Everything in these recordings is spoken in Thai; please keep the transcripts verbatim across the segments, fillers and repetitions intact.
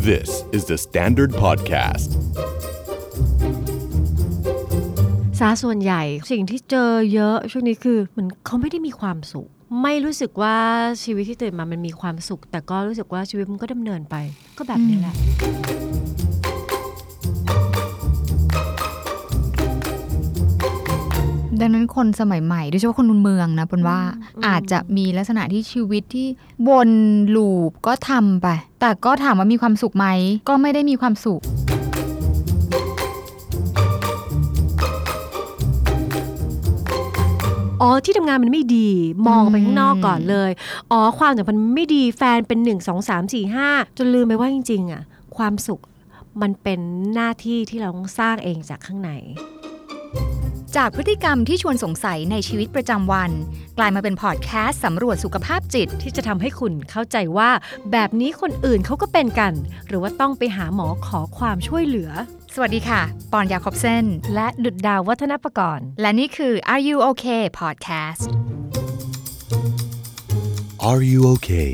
This is the Standard Podcast ซะส่วนใหญ่สิ่งที่เจอเยอะช่วงนี้คือเหมือนเขาไม่ได้มีความสุขไม่รู้สึกว่าชีวิตที่ตื่นมามันมีความสุขแต่ก็รู้สึกว่าชีวิตมันก็ดำเนินไปก็แบบนี้แหละดังนั้นคนสมัยใหม่โดยเฉพาะคนเมืองนะปนว่าอาจจะมีลักษณะที่ชีวิตที่วนลูปก็ทำไปแต่ก็ถามว่ามีความสุขไหมก็ไม่ได้มีความสุขอ๋อที่ทำงานมันไม่ดีมองไปข้างนอกก่อนเลยอ๋อความสัมพันธ์ไม่ดีแฟนเป็นหนึ่ง สอง สาม สี่ ห้าจนลืมไปว่าจริงๆอ่ะความสุขมันเป็นหน้าที่ที่เราต้องสร้างเองจากข้างในจากพฤติกรรมที่ชวนสงสัยในชีวิตประจำวันกลายมาเป็นพอดแคสต์สำรวจสุขภาพจิตที่จะทำให้คุณเข้าใจว่าแบบนี้คนอื่นเขาก็เป็นกันหรือว่าต้องไปหาหมอขอความช่วยเหลือสวัสดีค่ะปอนยาคอบเซนและดุจดาววัฒนประกรณ์และนี่คือ Are You Okay Podcast Are You Okay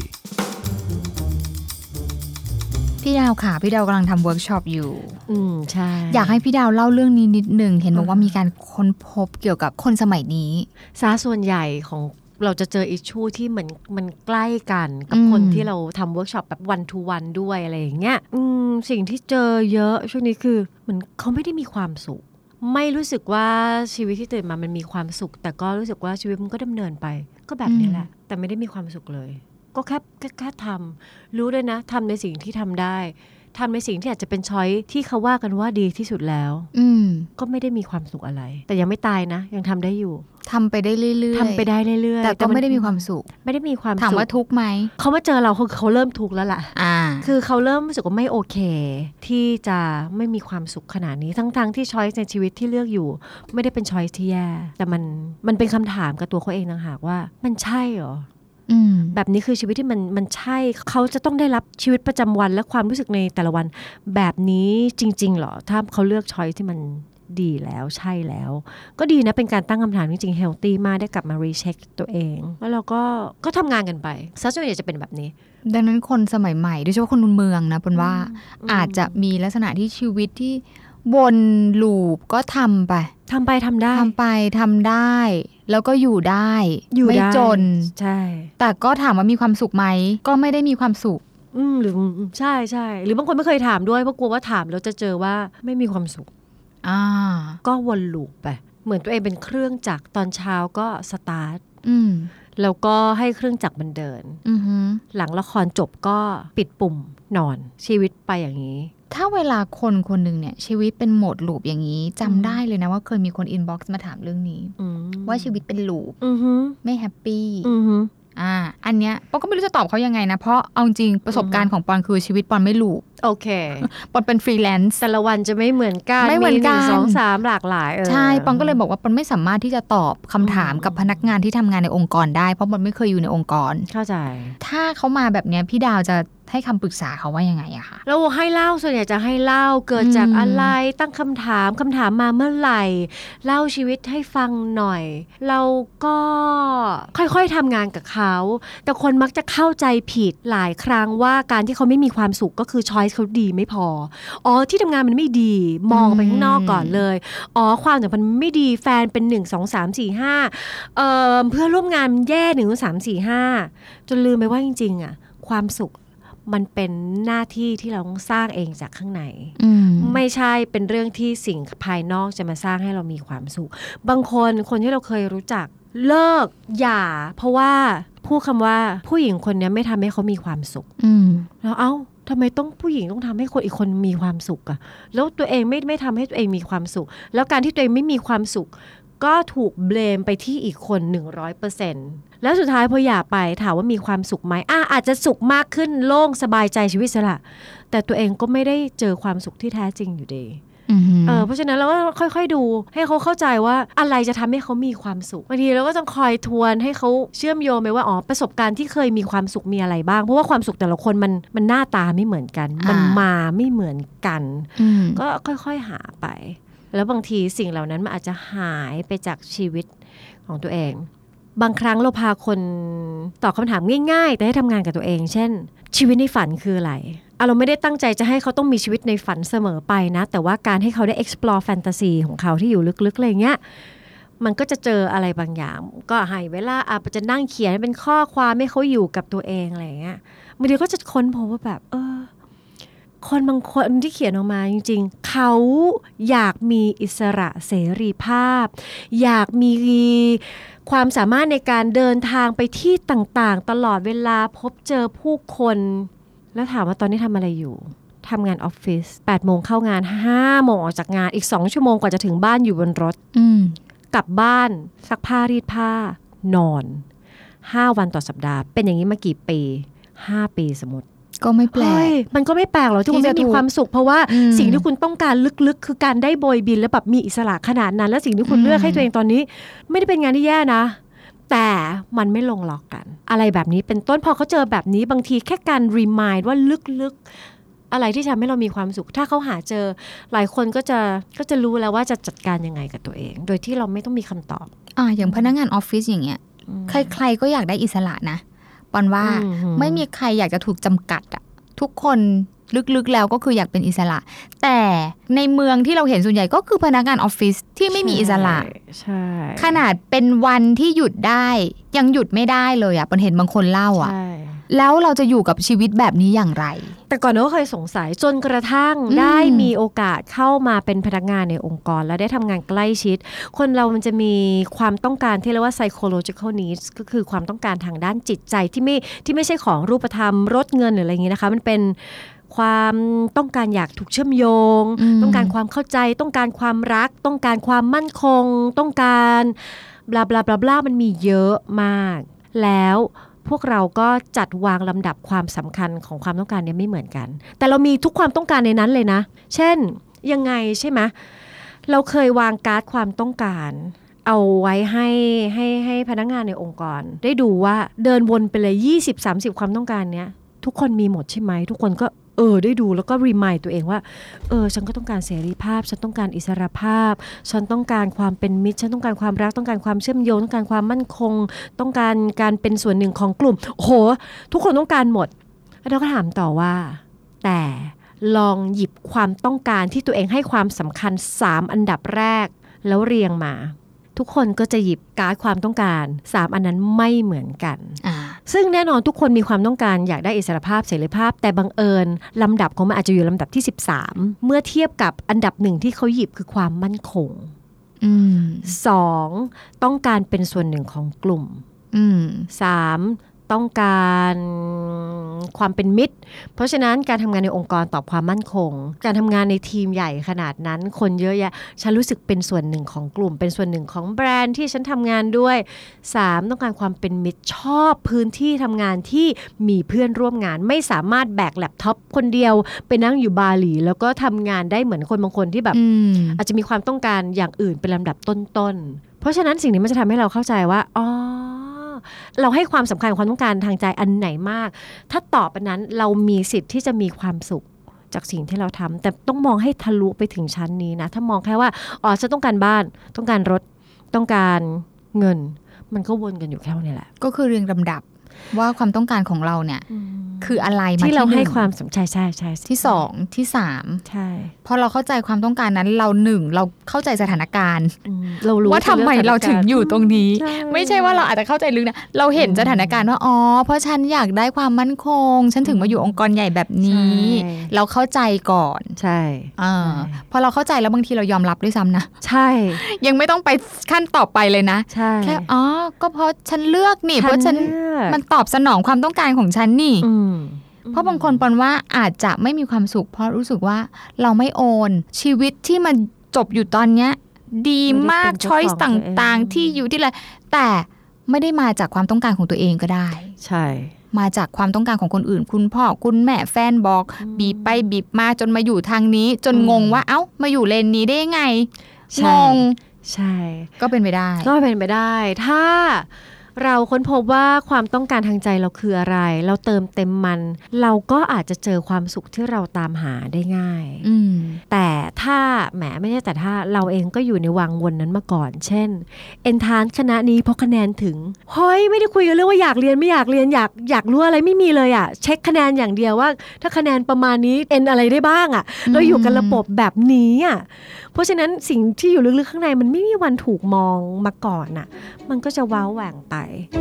พี่ดาวค่ะพี่ดาวกำลังทำเวิร์กช็อปอยู่อืมใช่อยากให้พี่ดาวเล่าเรื่องนี้นิดนึงเห็นบอกว่ามีการค้นพบเกี่ยวกับคนสมัยนี้ซะส่วนใหญ่ของเราจะเจออิชชูที่เหมือนมันใกล้กันกับคนที่เราทำเวิร์กช็อปแบบวันทูวันด้วยอะไรอย่างเงี้ยอืมสิ่งที่เจอเยอะช่วงนี้คือเหมือนเขาไม่ได้มีความสุขไม่รู้สึกว่าชีวิตที่ตื่นมามันมีความสุขแต่ก็รู้สึกว่าชีวิตมันก็ดำเนินไปก็แบบนี้แหละแต่ไม่ได้มีความสุขเลยก็แค่แค่แค่ทำรู้ด้วยนะทำในสิ่งที่ทำได้ทำในสิ่งที่อาจจะเป็นช้อยที่เขาว่ากันว่าดีที่สุดแล้วก็ไม่ได้มีความสุขอะไรแต่ยังไม่ตายนะยังทำได้อยู่ทำไปได้เรื่อยๆทำไปได้เรื่อยๆแต่ก็ไม่ได้มีความสุขไม่ได้มีความสุขถามว่าทุกข์ไหมเขามาเจอเราเขาเขาเริ่มทุกข์แล้วล่ะคือเขาเริ่มรู้สึกว่าไม่โอเคที่จะไม่มีความสุขขนาดนี้ทั้งๆที่ช้อยในชีวิตที่เลือกอยู่ไม่ได้เป็นช้อยที่แย่แต่มันมันเป็นคำถามกับตัวเขาเองต่างหากว่ามันใช่เหรอแบบนี้คือชีวิตที่มันมันใช่เขาจะต้องได้รับชีวิตประจำวันและความรู้สึกในแต่ละวันแบบนี้จริงๆหรอถ้าเขาเลือกช้อยที่มันดีแล้วใช่แล้วก็ดีนะเป็นการตั้งคำถามจริงๆเฮลตี้มากได้กลับมารีเช็คตัวเองแล้วเราก็ก็ทำงานกันไปซะส่วนใหญ่จะเป็นแบบนี้ดังนั้นคนสมัยใหม่โดยเฉพาะคนเมืองนะปนว่าอาจจะมีลักษณะที่ชีวิตที่วนลูปก็ทำไปทำไปทำได้ทำไปทำได้แล้วก็อยู่ได้ไม่จนใช่แต่ก็ถามว่ามีความสุขไหมก็ไม่ได้มีความสุขอืมหรือใช่ใช่หรือบางคนไม่เคยถามด้วยเพราะกลัวว่าถามแล้วจะเจอว่าไม่มีความสุขอ่าก็วนลูปไปเหมือนตัวเองเป็นเครื่องจักรตอนเช้าก็สตาร์ทแล้วก็ให้เครื่องจักรมันเดินหลังละครจบก็ปิดปุ่มนอนชีวิตไปอย่างนี้ถ้าเวลาคนคนหนึ่งเนี่ยชีวิตเป็นโหมดลูปอย่างนี้จำได้เลยนะว่าเคยมีคนอินบ็อกซ์มาถามเรื่องนี้ว่าชีวิตเป็นลูปไม่แฮปปี้อ่าอันเนี้ยปอนก็ไม่รู้จะตอบเขายังไงนะเพราะเอาจริงประสบการณ์ของปอนคือชีวิตปอนไม่ลูปโอเคปอนเป็นฟรีแลนซ์แต่ละวันจะไม่เหมือนกันไม่เหมือนกันมีหนึ่ง สอง สามหลากหลายใช่ปอนก็เลยบอกว่าปอนไม่สามารถที่จะตอบคำถามกับพนักงานที่ทำงานในองค์กรได้เพราะปอนไม่เคยอยู่ในองค์กรเข้าใจถ้าเขามาแบบเนี้ยพี่ดาวจะให้คำปรึกษาเขาว่ายังไงอะคะเราให้เล่าส่วนใหญ่จะให้เล่าเกิดจากอะไรตั้งคำถามคำถามมาเมื่อไหร่เล่าชีวิตให้ฟังหน่อยเราก็ค่อยๆทำงานกับเขาแต่คนมักจะเข้าใจผิดหลายครั้งว่าการที่เขาไม่มีความสุขก็คือช้อยส์เขาดีไม่พออ๋อที่ทำงานมันไม่ดีมองไปข้างนอกก่อนเลยอ๋อความสัมพันธ์ไม่ดีแฟนเป็นหนึ่ง สอง สาม สี่ ห้าเอ่อเพื่อนร่วมงานแย่หนึ่ง สาม สี่ ห้าจนลืมไปว่าจริงๆอะความสุขมันเป็นหน้าที่ที่เราต้องสร้างเองจากข้างในไม่ใช่เป็นเรื่องที่สิ่งภายนอกจะมาสร้างให้เรามีความสุขบางคนคนที่เราเคยรู้จักเลิกหย่าเพราะว่าพูดคำว่าผู้หญิงคนนี้ไม่ทำให้เขามีความสุขแล้วเอ้าทำไมต้องผู้หญิงต้องทำให้คนอีกคนมีความสุขอะแล้วตัวเองไม่ไม่ทำให้ตัวเองมีความสุขแล้วการที่ตัวเองไม่มีความสุขก็ถูกเบลมไปที่อีกคน หนึ่งร้อยเปอร์เซ็นต์ แล้วสุดท้ายพอหย่าไปถามว่ามีความสุขไหมอ่ะอาจจะสุขมากขึ้นโล่งสบายใจชีวิตซะละแต่ตัวเองก็ไม่ได้เจอความสุขที่แท้จริงอยู่ดีเออเพราะฉะนั้นเราก็ค่อยๆดูให้เขาเข้าใจว่าอะไรจะทำให้เขามีความสุขบางทีเราก็ต้องคอยทวนให้เขาเชื่อมโยงไปว่าอ๋อประสบการณ์ที่เคยมีความสุขมีอะไรบ้างเพราะว่าความสุขแต่ละคนมันมันหน้าตาไม่เหมือนกันมันมาไม่เหมือนกันก็ค่อยๆหาไปแล้วบางทีสิ่งเหล่านั้นมันอาจจะหายไปจากชีวิตของตัวเองบางครั้งเราพาคนตอบคำถามง่ายๆแต่ให้ทำงานกับตัวเองเช่นชีวิตในฝันคืออะไรเราไม่ได้ตั้งใจจะให้เขาต้องมีชีวิตในฝันเสมอไปนะแต่ว่าการให้เขาได้ explore fantasy ของเขาที่อยู่ลึกๆอะไรเงี้ยมันก็จะเจออะไรบางอย่างก็ให้เวลาอาจจะนั่งเขียนเป็นข้อความให้เขาอยู่กับตัวเองอะไรเงี้ยบางทีก็จะค้นพบว่าแบบเออคนบางคนที่เขียนออกมาจริงๆเขาอยากมีอิสระเสรีภาพอยากมีความสามารถในการเดินทางไปที่ต่างๆตลอดเวลาพบเจอผู้คนแล้วถามว่าตอนนี้ทำอะไรอยู่ทำงานออฟฟิศแปดโมงเข้างานห้าโมงออกจากงานอีกสองชั่วโมงกว่าจะถึงบ้านอยู่บนรถกลับบ้านซักผ้ารีดผ้านอนห้าวันต่อสัปดาห์เป็นอย่างนี้มากี่ปีห้าปีสมมติก็ไม่แปลกมันก็ไม่แปลกหรอกที่คุณไม่มีความสุขเพราะว่าสิ่งที่คุณต้องการลึกๆคือการได้โบยบินแล้วแบบมีอิสระขนาดนั้นแล้วสิ่งที่คุณเลือกให้ตัวเองตอนนี้ไม่ได้เป็นงานที่แย่นะแต่มันไม่ลงล็อกกันอะไรแบบนี้เป็นต้นพอเขาเจอแบบนี้บางทีแค่การรีมายด์ว่าลึกๆอะไรที่ทำให้เรามีความสุขถ้าเขาหาเจอหลายคนก็จะก็จะรู้แล้วว่าจะจัดการยังไงกับตัวเองโดยที่เราไม่ต้องมีคำตอบอ่าอย่างพนักงานออฟฟิศอย่างเงี้ยใครๆก็อยากได้อิสระนะปอนว่าไม่มีใครอยากจะถูกจำกัดอะทุกคนลึกๆแล้วก็คืออยากเป็นอิสระแต่ในเมืองที่เราเห็นส่วนใหญ่ก็คือพนักงานออฟฟิศที่ไม่มีอิสระใช่ขนาดเป็นวันที่หยุดได้ยังหยุดไม่ได้เลยอะปอนเห็นบางคนเล่าอะแล้วเราจะอยู่กับชีวิตแบบนี้อย่างไรแต่ก่อนก็เคยสงสัยจนกระทั่งได้มีโอกาสเข้ามาเป็นพนักงานในองค์กรและได้ทำงานใกล้ชิดคนเรามันจะมีความต้องการที่เรียกว่า psychological needs ก็คือความต้องการทางด้านจิตใจที่ไม่ที่ไม่ใช่ของรูปธรรมรสเงินหรืออะไรอย่างนี้นะคะมันเป็นความต้องการอยากถูกเชื่อมโยงต้องการความเข้าใจต้องการความรักต้องการความมั่นคงต้องการบลาบลาบลาบลามันมีเยอะมากแล้วพวกเราก็จัดวางลำดับความสำคัญของความต้องการเนี่ยไม่เหมือนกันแต่เรามีทุกความต้องการในนั้นเลยนะเช่นยังไงใช่ไหมเราเคยวางการ์ดความต้องการเอาไว้ให้ให้ให้พนักงานในองค์กรได้ดูว่าเดินวนไปเลย ยี่สิบ สามสิบ ความต้องการเนี้ยทุกคนมีหมดใช่ไหมทุกคนก็เออได้ดูแล้วก็รีมายด์ตัวเองว่าเออฉันก็ต้องการเสรีภาพฉันต้องการอิสรภาพฉันต้องการความเป็นมิตรฉันต้องการความรักต้องการความเชื่อมโยงต้องการความมั่นคงต้องการการเป็นส่วนหนึ่งของกลุ่มโอ้โหทุกคนต้องการหมดแล้วเราก็ถามต่อว่าแต่ลองหยิบความต้องการที่ตัวเองให้ความสำคัญสามอันดับแรกแล้วเรียงมาทุกคนก็จะหยิบการ์ดความต้องการสามอันนั้นไม่เหมือนกันซึ่งแน่นอนทุกคนมีความต้องการอยากได้อิสรภาพเสรีภาพแต่บังเอิญลำดับของมันอาจจะอยู่ลำดับที่สิบสามเมื่อเทียบกับอันดับหนึ่งที่เขาหยิบคือความมั่นคงสองต้องการเป็นส่วนหนึ่งของกลุ่มสามต้องการความเป็นมิตรเพราะฉะนั้นการทำงานในองค์กรตอบความมั่นคงการทำงานในทีมใหญ่ขนาดนั้นคนเยอะแยะฉันรู้สึกเป็นส่วนหนึ่งของกลุ่มเป็นส่วนหนึ่งของแบรนด์ที่ฉันทำงานด้วยสามต้องการความเป็นมิตรชอบพื้นที่ทำงานที่มีเพื่อนร่วมงานไม่สามารถแบกแล็ปท็อปคนเดียวไปนั่งอยู่บาหลีแล้วก็ทำงานได้เหมือนคนบางคนที่แบบ อ, อาจจะมีความต้องการอย่างอื่นเป็นลำดับต้นๆเพราะฉะนั้นสิ่งนี้มันจะทำให้เราเข้าใจว่าอ๋อเราให้ความสำคัญความต้องการทางใจอันไหนมากถ้าตอบอันนั้นเรามีสิทธิ์ที่จะมีความสุขจากสิ่งที่เราทำแต่ต้องมองให้ทะลุไปถึงชั้นนี้นะถ้ามองแค่ว่าอ๋อฉันต้องการบ้านต้องการรถต้องการเงินมันก็วนกันอยู่แค่นี้แหละก็คือเรียงลำดับว่าความต้องการของเราเนี่ยคืออะไรมาที่เราให้ความสนใจใช่ใช่ที่สองที่สามใช่พอเราเข้าใจความต้องการนั้นเราหนึ่งเราเข้าใจสถานการณ์เรารู้ว่าทำไมเราถึงอยู่ตรงนี้ไม่ใช่ว่าเราอาจจะเข้าใจลึกนะเราเห็นสถานการณ์ว่าอ๋อเพราะฉันอยากได้ความมั่นคงฉันถึงมาอยู่องค์กรใหญ่แบบนี้เราเข้าใจก่อนใช่พอเราเข้าใจแล้วบางทีเรายอมรับด้วยซ้ำนะใช่ยังไม่ต้องไปขั้นต่อไปเลยนะแค่อ๋อก็เพราะฉันเลือกนี่เพราะฉันมันตอบสนองความต้องการของฉันนี่เพราะบางคนปอนว่าอาจจะไม่มีความสุขเพราะรู้สึกว่าเราไม่โอนชีวิตที่มันจบอยู่ตอนเนี้ยดีมากช้อยส์ต่างๆที่อยู่ที่อะไรแต่ไม่ได้มาจากความต้องการของตัวเองก็ได้ใช่มาจากความต้องการของคนอื่นคุณพ่อคุณแม่แฟนบอกบีบไปบีบมาจนมาอยู่ทางนี้จนงงว่าเอ้ามาอยู่เลนนี้ได้ยังไงงงใช่ก็เป็นไปได้ก็เป็นไปได้ถ้าเราค้นพบว่าความต้องการทางใจเราคืออะไรเราเติมเต็มมันเราก็อาจจะเจอความสุขที่เราตามหาได้ง่ายแต่ถ้าแหมไม่ใช่แต่ถ้าเราเองก็อยู่ในวังวนนั้นมาก่อนเช่นเอนทรานซ์คณะนี้เพราะคะแนนถึงเฮ้ยไม่ได้คุยกันเรื่องว่าอยากเรียนไม่อยากเรียนอยากอยากรู้อะไรไม่มีเลยอ่ะเช็คคะแนนอย่างเดียวว่าถ้าคะแนนประมาณนี้เอ็นอะไรได้บ้างอ่ะเราอยู่กันระบบแบบนี้อ่ะเพราะฉะนั้นสิ่งที่อยู่ลึกๆข้างในมันไม่มีวันถูกมองมาก่อนอ่ะมันก็จะว้าวแหว่งไป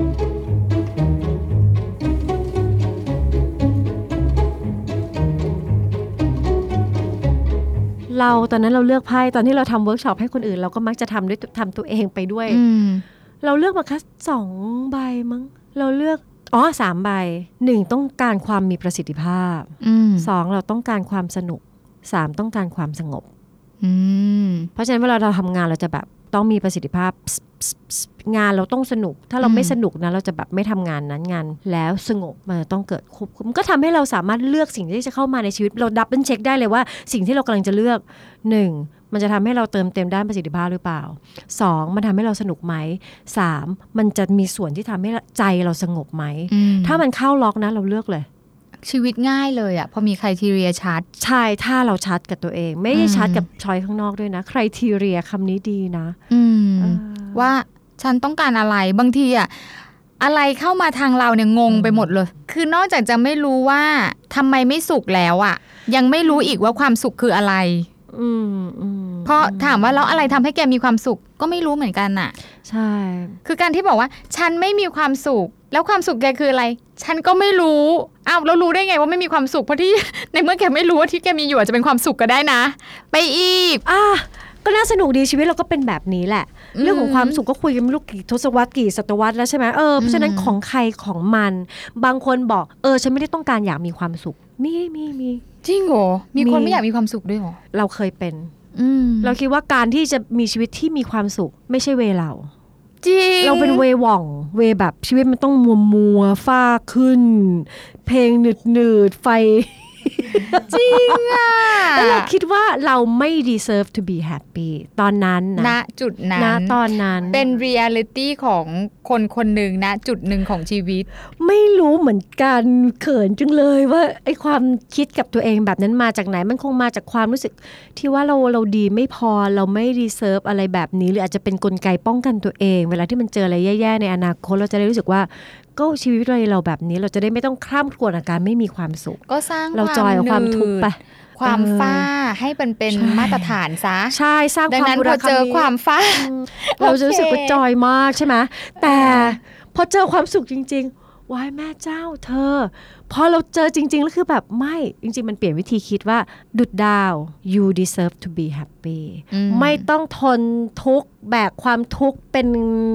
เราตอนนั้นเราเลือกไพ่ตอนที่เราทำเวิร์กช็อปให้คนอื่นเราก็มักจะทำด้วยทำตัวเองไปด้วยเราเลือกมาแค่สองใบมั้งเราเลือกอ๋อสามใบหนึ่งต้องการความมีประสิทธิภาพสองเราต้องการความสนุกสามต้องการความสงบเพราะฉะนั้นเวลาเราทำงานเราจะแบบต้องมีประสิทธิภาพงานเราต้องสนุกถ้าเราไม่สนุกนะเราจะแบบไม่ทำงานนั้นงานแล้วสงบมันต้องเกิดควบคุมก็ทำให้เราสามารถเลือกสิ่งที่จะเข้ามาในชีวิตเราดับเบิลเช็คได้เลยว่าสิ่งที่เรากำลังจะเลือกหนึ่งมันจะทำให้เราเติมเต็มด้านประสิทธิภาพหรือเปล่าสองมันทำให้เราสนุกไหมสามมันจะมีส่วนที่ทำให้ใจเราสงบไหมถ้ามันเข้าล็อกนะเราเลือกเลยชีวิตง่ายเลยอ่ะพอมี criteria ชัดใช่ถ้าเราชัดกับตัวเองไม่ได้ชัดกับช้อยข้างนอกด้วยนะ criteria คำนี้ดีนะว่าฉันต้องการอะไรบางทีอ่ะอะไรเข้ามาทางเราเนี่ยงงไปหมดเลยคือนอกจากจะไม่รู้ว่าทำไมไม่สุขแล้วอ่ะยังไม่รู้อีกว่าความสุขคืออะไรเพราะถามว่าแล้วอะไรทำให้แกมีความสุขก็ไม่รู้เหมือนกันน่ะใช่คือการที่บอกว่าฉันไม่มีความสุขแล้วความสุขแกคืออะไรฉันก็ไม่รู้อ้าวแล้วรู้ได้ไงว่าไม่มีความสุขเพราะที่ในเมื่อแกไม่รู้ว่าที่แกมีอยู่อาจจะเป็นความสุขก็ได้นะไปอีกอ่ะก็น่าสนุกดีชีวิตเราก็เป็นแบบนี้แหละเรื่องของความสุขก็คุยกันไม่รู้กี่ทศวรรษกี่ศตวรรษแล้วใช่ไหมเออเพราะฉะนั้นของใครของมันบางคนบอกเออฉันไม่ได้ต้องการอยากมีความสุขมีมีมีจริงเหรอมีคนไม่อยากมีความสุขด้วยเหรอเราเคยเป็นเราคิดว่าการที่จะมีชีวิตที่มีความสุขไม่ใช่เวเราจริงเราเป็นเวหว่องเวแบบชีวิตมันต้องมัวมัวฟ้าขึ้นเพลงหนืดหนืดไฟจริงอ่ะแล้วเราคิดว่าเราไม่ deserve to be happy ตอนนั้นนะณจุดนั้นณตอนนั้นเป็น reality ของคนคนหนึ่งนะจุดหนึ่งของชีวิตไม่รู้เหมือนกันเขินจังเลยว่าไอ้ความคิดกับตัวเองแบบนั้นมาจากไหนมันคงมาจากความรู้สึกที่ว่าเราเราดีไม่พอเราไม่ deserve อะไรแบบนี้หรืออาจจะเป็นกลไกป้องกันตัวเองเวลาที่มันเจออะไรแย่ๆในอนาคตเราจะได้รู้สึกว่าก็ชีวิตเราแบบนี้เราจะได้ไม่ต้องคร่ำครวญอาการไม่มีความสุขก็สร้างเราจอยกับความทุกข์ไปความฟ้าให้มันเป็นมาตรฐานซะใช่สร้างความดังนั้นพอเจอความฟ้าเราจะรู้สึกว่าจอยมากใช่ไหมแต่พอเจอความสุขจริงๆว้ายแม่เจ้าเธอพอเราเจอจริงๆแล้วคือแบบไม่จริงๆมันเปลี่ยนวิธีคิดว่าดุจดาว you deserve to be happy ไม่ต้องทนทุกข์แบกความทุกข์เป็น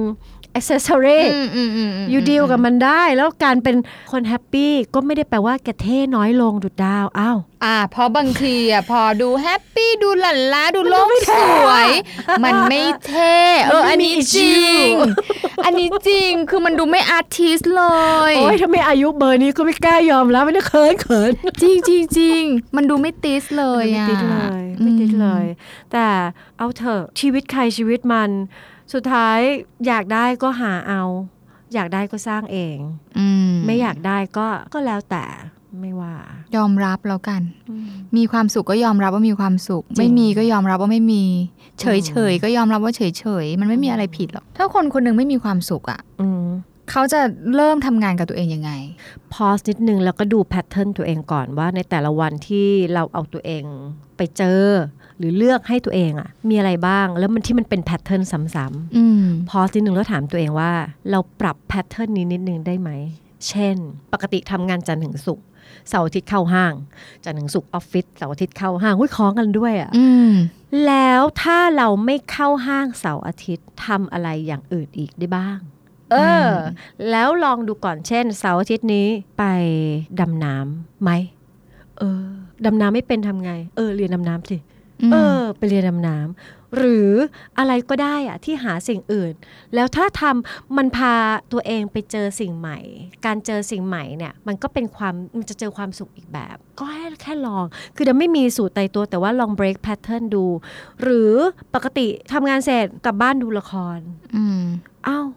accessory อยู่ดีลกับมันได้แล้วการเป็นคนแฮปปี้ก็ไม่ได้แปลว่าแกเท่น้อยลงดุจดาวอ้าวอ่าเพราะบางทีอ่ะพอดูแฮปปี้ดูหลั่นล้าดูโลกสวยมันไม่เท่เอออันนี้จริงอันนี้จริงคือมันดูไม่อาร์ติสต์เลยโอ้ยถ้าไม่อายุเบอร์นี้ก็ไม่กล้ายอมแล้วไม่ได้เขินเขินจริงจริงจริงมันดูไม่ติสเลยอ่ะไม่ติสเลยไม่ติสเลยแต่เอาเถอะชีวิตใครชีวิตมันสุดท้ายอยากได้ก็หาเอาอยากได้ก็สร้างเองไม่อยากได้ก็ก็แล้วแต่ไม่ว่ายอมรับแล้วกันมีความสุขก็ยอมรับว่ามีความสุขไม่มีก็ยอมรับว่าไม่มีเฉยเฉยก็ยอมรับว่าเฉยเฉยมันไม่มีอะไรผิดหรอกถ้าคนคนนึงไม่มีความสุขอ่ะเขาจะเริ่มทำงานกับตัวเองยังไงพอสนิดนึงแล้วก็ดูแพทเทิร์นตัวเองก่อนว่าในแต่ละวันที่เราเอาตัวเองไปเจอหรือเลือกให้ตัวเองอะมีอะไรบ้างแล้วมันที่มันเป็นแพทเทิร์นซ้ำๆพอนิดนึงแล้วถามตัวเองว่าเราปรับแพทเทิร์นนี้นิดนึงได้ไหมเช่นปกติทำงานจันทร์ถึงศุกร์เสาร์อาทิตย์เข้าห้างจันทร์ถึงศุกร์ออฟฟิศเสาร์อาทิตย์เข้าห้างหุ้ยคล้องกันด้วยอะแล้วถ้าเราไม่เข้าห้างเสาร์อาทิตย์ทำอะไรอย่างอื่นอีกได้บ้างเออแล้วลองดูก่อนเช่นเสาร์อาทิตย์นี้ไปดำน้ำไหมเออดำน้ำไม่เป็นทำไงเออเรียนดำน้ำสิเออไปเรียนดำน้ำหรืออะไรก็ได้อะที่หาสิ่งอื่นแล้วถ้าทำมันพาตัวเองไปเจอสิ่งใหม่การเจอสิ่งใหม่เนี่ยมันก็เป็นความมันจะเจอความสุขอีกแบบก็แค่แค่ลองคือเราไม่มีสูตรตายตัวแต่ว่าลอง break pattern ดูหรือปกติทำงานเสร็จกลับบ้านดูละครอืมอ้าว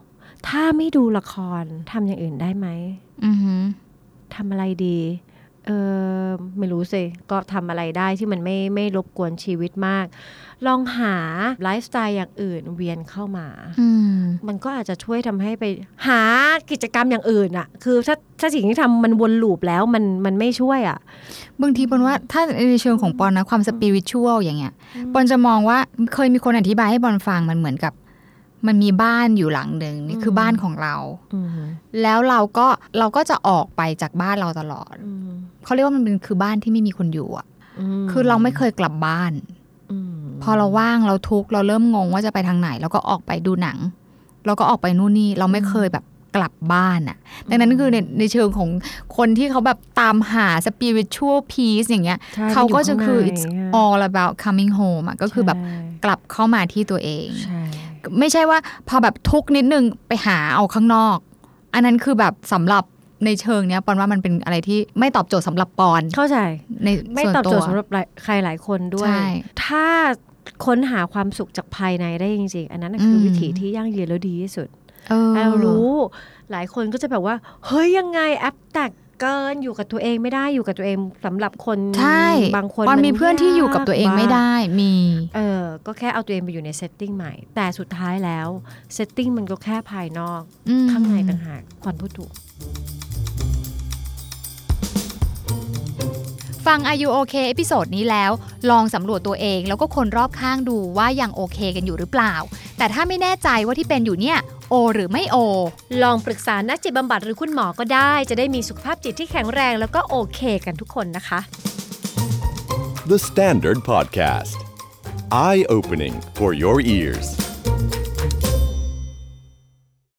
ถ้าไม่ดูละครทำอย่างอื่นได้ไหมอือฮึทำอะไรดีเออไม่รู้สิก็ทำอะไรได้ที่มันไม่ไม่รบกวนชีวิตมากลองหาไลฟ์สไตล์อย่างอื่นเวียนเข้ามามันก็อาจจะช่วยทำให้ไปหากิจกรรมอย่างอื่นอะคือถ้าถ้าสิ่งที่ทำมันวนลูปแล้วมันมันไม่ช่วยอะบางทีปอนว่าถ้าในเชิงของปอนนะความสปิริตชัวลอย่างเงี้ยปอนจะมองว่าเคยมีคนอธิบายให้ปอนฟังมันเหมือนกับมันมีบ้านอยู่หลังหนึ่งนี่คือบ้านของเราแล้วเราก็เราก็จะออกไปจากบ้านเราตลอดเขาเรียกว่ามันเป็นคือบ้านที่ไม่มีคนอยู่อ่ะคือเราไม่เคยกลับบ้านพอเราว่างเราทุกข์เราเริ่มงงว่าจะไปทางไหนเราก็ออกไปดูหนังเราก็ออกไปนู่นนี่เราไม่เคยแบบกลับบ้านอ่ะดังนั้นคือในในเชิงของคนที่เขาแบบตามหา spiritual peace อย่างเงี้ยเขาก็จะคือ it's all about coming home อ่ะก็คือแบบกลับเข้ามาที่ตัวเองไม่ใช่ว่าพอแบบทุกนิดนึงไปหาเอาข้างนอกอันนั้นคือแบบสำหรับในเชิงเนี้ยปอนว่ามันเป็นอะไรที่ไม่ตอบโจทย์สำหรับปอนเข้าใจในไม่ตอบโจทย์สำหรับใครหลายคนด้วยถ้าค้นหาความสุขจากภายในได้จริงๆอันนั้นคือวิถีที่ยั่งยืนแล้วดีที่สุดเรารู้หลายคนก็จะแบบว่าเฮ้ยยังไงแอปแตกเกินอยู่กับตัวเองไม่ได้อยู่กับตัวเองสำหรับคนบางคนมันมีเพื่อนที่อยู่กับตัวเองไม่ได้มีเออก็แค่เอาตัวเองไปอยู่ในเซตติ้งใหม่แต่สุดท้ายแล้วเซตติ้งมันก็แค่ภายนอกข้างในต่างหากควรพูดถูกฟัง Are You OK เอพิโซดนี้แล้วลองสำรวจตัวเองแล้วก็คนรอบข้างดูว่ายังโอเคกันอยู่หรือเปล่าแต่ถ้าไม่แน่ใจว่าที่เป็นอยู่เนี่ยโอหรือไม่โอลองปรึกษานักจิตบำบัดหรือคุณหมอก็ได้จะได้มีสุขภาพจิตที่แข็งแรงแล้วก็โอเคกันทุกคนนะคะ The Standard Podcast Eye Opening for Your Ears